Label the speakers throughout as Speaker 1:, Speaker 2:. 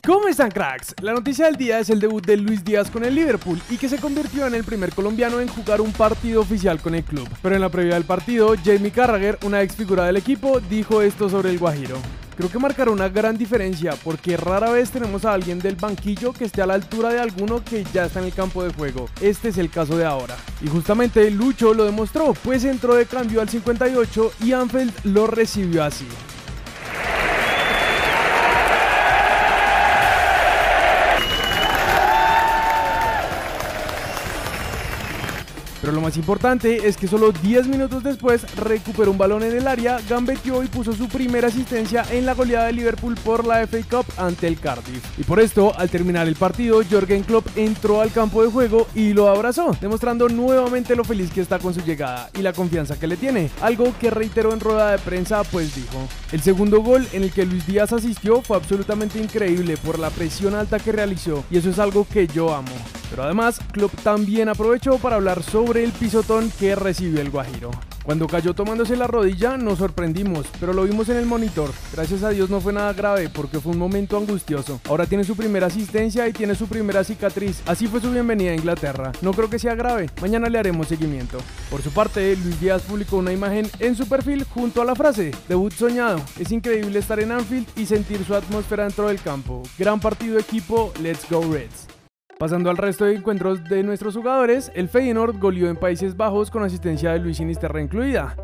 Speaker 1: ¿Cómo están, cracks? La noticia del día es el debut de Luis Díaz con el Liverpool y que se convirtió en el primer colombiano en jugar un partido oficial con el club. Pero en la previa del partido, Jamie Carragher, una ex figura del equipo, dijo esto sobre el Guajiro. Creo que marcará una gran diferencia porque rara vez tenemos a alguien del banquillo que esté a la altura de alguno que ya está en el campo de juego. Este es el caso de ahora. Y justamente Lucho lo demostró, pues entró de cambio al 58 y Anfield lo recibió así. Pero lo más importante es que solo 10 minutos después recuperó un balón en el área, gambeteó y puso su primera asistencia en la goleada de Liverpool por la FA Cup ante el Cardiff. Y por esto, al terminar el partido, Jürgen Klopp entró al campo de juego y lo abrazó, demostrando nuevamente lo feliz que está con su llegada y la confianza que le tiene, algo que reiteró en rueda de prensa, pues dijo: el segundo gol en el que Luis Díaz asistió fue absolutamente increíble por la presión alta que realizó y eso es algo que yo amo. Pero además, Klopp también aprovechó para hablar sobre el pisotón que recibió el Guajiro. Cuando cayó tomándose la rodilla nos sorprendimos, pero lo vimos en el monitor. Gracias a Dios no fue nada grave porque fue un momento angustioso. Ahora tiene su primera asistencia y tiene su primera cicatriz. Así fue su bienvenida a Inglaterra. No creo que sea grave, mañana le haremos seguimiento. Por su parte, Luis Díaz publicó una imagen en su perfil junto a la frase: debut soñado, es increíble estar en Anfield y sentir su atmósfera dentro del campo. Gran partido equipo, let's go Reds. Pasando al resto de encuentros de nuestros jugadores, el Feyenoord goleó en Países Bajos con asistencia de Luis Sinisterra incluida.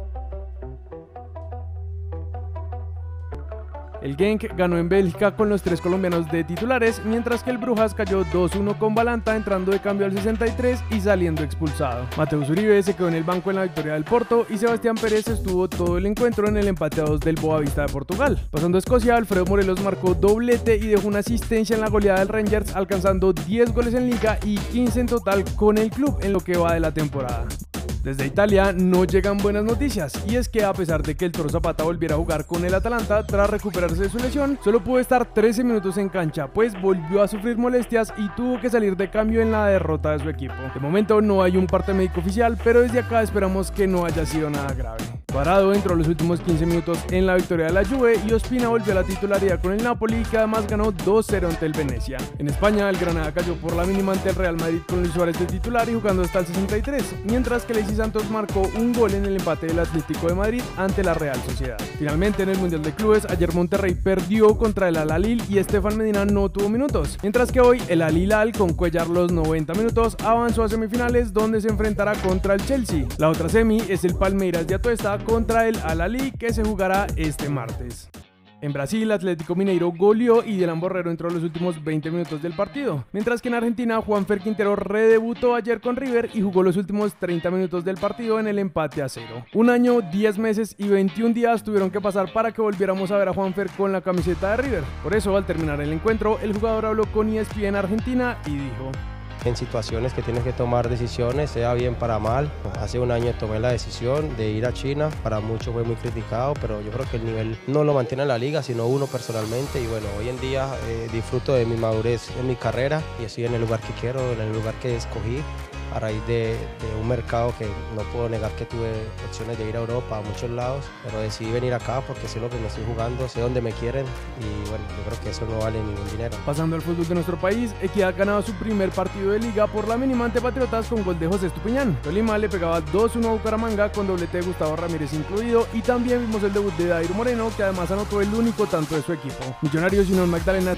Speaker 1: El Genk ganó en Bélgica con los 3 colombianos de titulares, mientras que el Brujas cayó 2-1 con Balanta entrando de cambio al 63 y saliendo expulsado. Mateus Uribe se quedó en el banco en la victoria del Porto y Sebastián Pérez estuvo todo el encuentro en el empate a 2 del Boavista de Portugal. Pasando a Escocia, Alfredo Morelos marcó doblete y dejó una asistencia en la goleada del Rangers, alcanzando 10 goles en liga y 15 en total con el club en lo que va de la temporada. Desde Italia no llegan buenas noticias, y es que a pesar de que el Toro Zapata volviera a jugar con el Atalanta tras recuperarse de su lesión, solo pudo estar 13 minutos en cancha, pues volvió a sufrir molestias y tuvo que salir de cambio en la derrota de su equipo. De momento no hay un parte médico oficial, pero desde acá esperamos que no haya sido nada grave. Cuadrado entró los últimos 15 minutos en la victoria de la Juve y Ospina volvió a la titularidad con el Napoli, que además ganó 2-0 ante el Venecia. En España, el Granada cayó por la mínima ante el Real Madrid con Luis Suárez de titular y jugando hasta el 63, mientras que Alexis Santos marcó un gol en el empate del Atlético de Madrid ante la Real Sociedad. Finalmente, en el Mundial de Clubes, ayer Monterrey perdió contra el Al-Ahly y Estefan Medina no tuvo minutos, mientras que hoy el Al-Hilal, con Cuellar los 90 minutos, avanzó a semifinales donde se enfrentará contra el Chelsea. La otra semi es el Palmeiras de Atuesta contra el Al-Ahly, que se jugará este martes. En Brasil, Atlético Mineiro goleó y Dylan Borrero entró en los últimos 20 minutos del partido, mientras que en Argentina, Juanfer Quintero redebutó ayer con River y jugó los últimos 30 minutos del partido en el empate a 0. Un año, 10 meses y 21 días tuvieron que pasar para que volviéramos a ver a Juanfer con la camiseta de River. Por eso, al terminar el encuentro, el jugador habló con ESPN Argentina y dijo:
Speaker 2: en situaciones que tienes que tomar decisiones, sea bien para mal. Hace un año tomé la decisión de ir a China, para muchos fue muy criticado, pero yo creo que el nivel no lo mantiene en la liga, sino uno personalmente, y bueno, hoy en día disfruto de mi madurez en mi carrera y estoy en el lugar que quiero, en el lugar que escogí, a raíz de un mercado que no puedo negar que tuve opciones de ir a Europa, a muchos lados, pero decidí venir acá porque sé lo que me estoy jugando, sé dónde me quieren y bueno, yo creo que eso no vale ningún dinero.
Speaker 1: Pasando al fútbol de nuestro país, Equidad ganaba su primer partido de liga por la mínima ante Patriotas con gol de José Estupiñán. Tolima le pegaba 2-1 a Bucaramanga con doblete de Gustavo Ramírez incluido, y también vimos el debut de Dairo Moreno, que además anotó el único tanto de su equipo. Millonarios y Unión Magdalena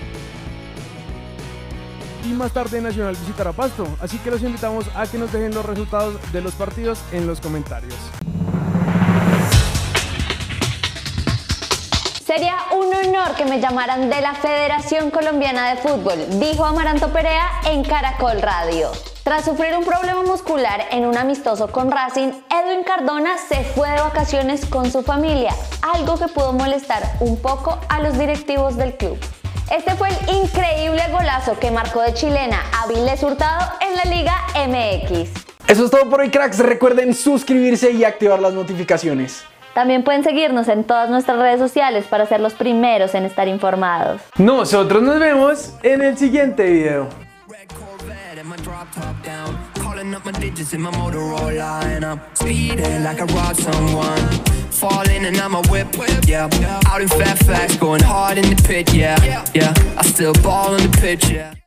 Speaker 1: y más tarde Nacional visitará Pasto, así que los invitamos a que nos dejen los resultados de los partidos en los comentarios.
Speaker 3: Sería un honor que me llamaran de la Federación Colombiana de Fútbol, dijo Amaranto Perea en Caracol Radio. Tras sufrir un problema muscular en un amistoso con Racing, Edwin Cardona se fue de vacaciones con su familia, algo que pudo molestar un poco a los directivos del club. Este fue el increíble golazo que marcó de chilena Avilés Hurtado en la Liga MX.
Speaker 4: Eso es todo por hoy, cracks. Recuerden suscribirse y activar las notificaciones.
Speaker 3: También pueden seguirnos en todas nuestras redes sociales para ser los primeros en estar informados.
Speaker 1: Nosotros nos vemos en el siguiente video.
Speaker 5: Rolling up my digits in my Motorola, and I'm speeding like I robbed someone. Falling and I'm a whip, yeah. Out in Fairfax, going hard in the pit, yeah. I still ball on the pitch, yeah.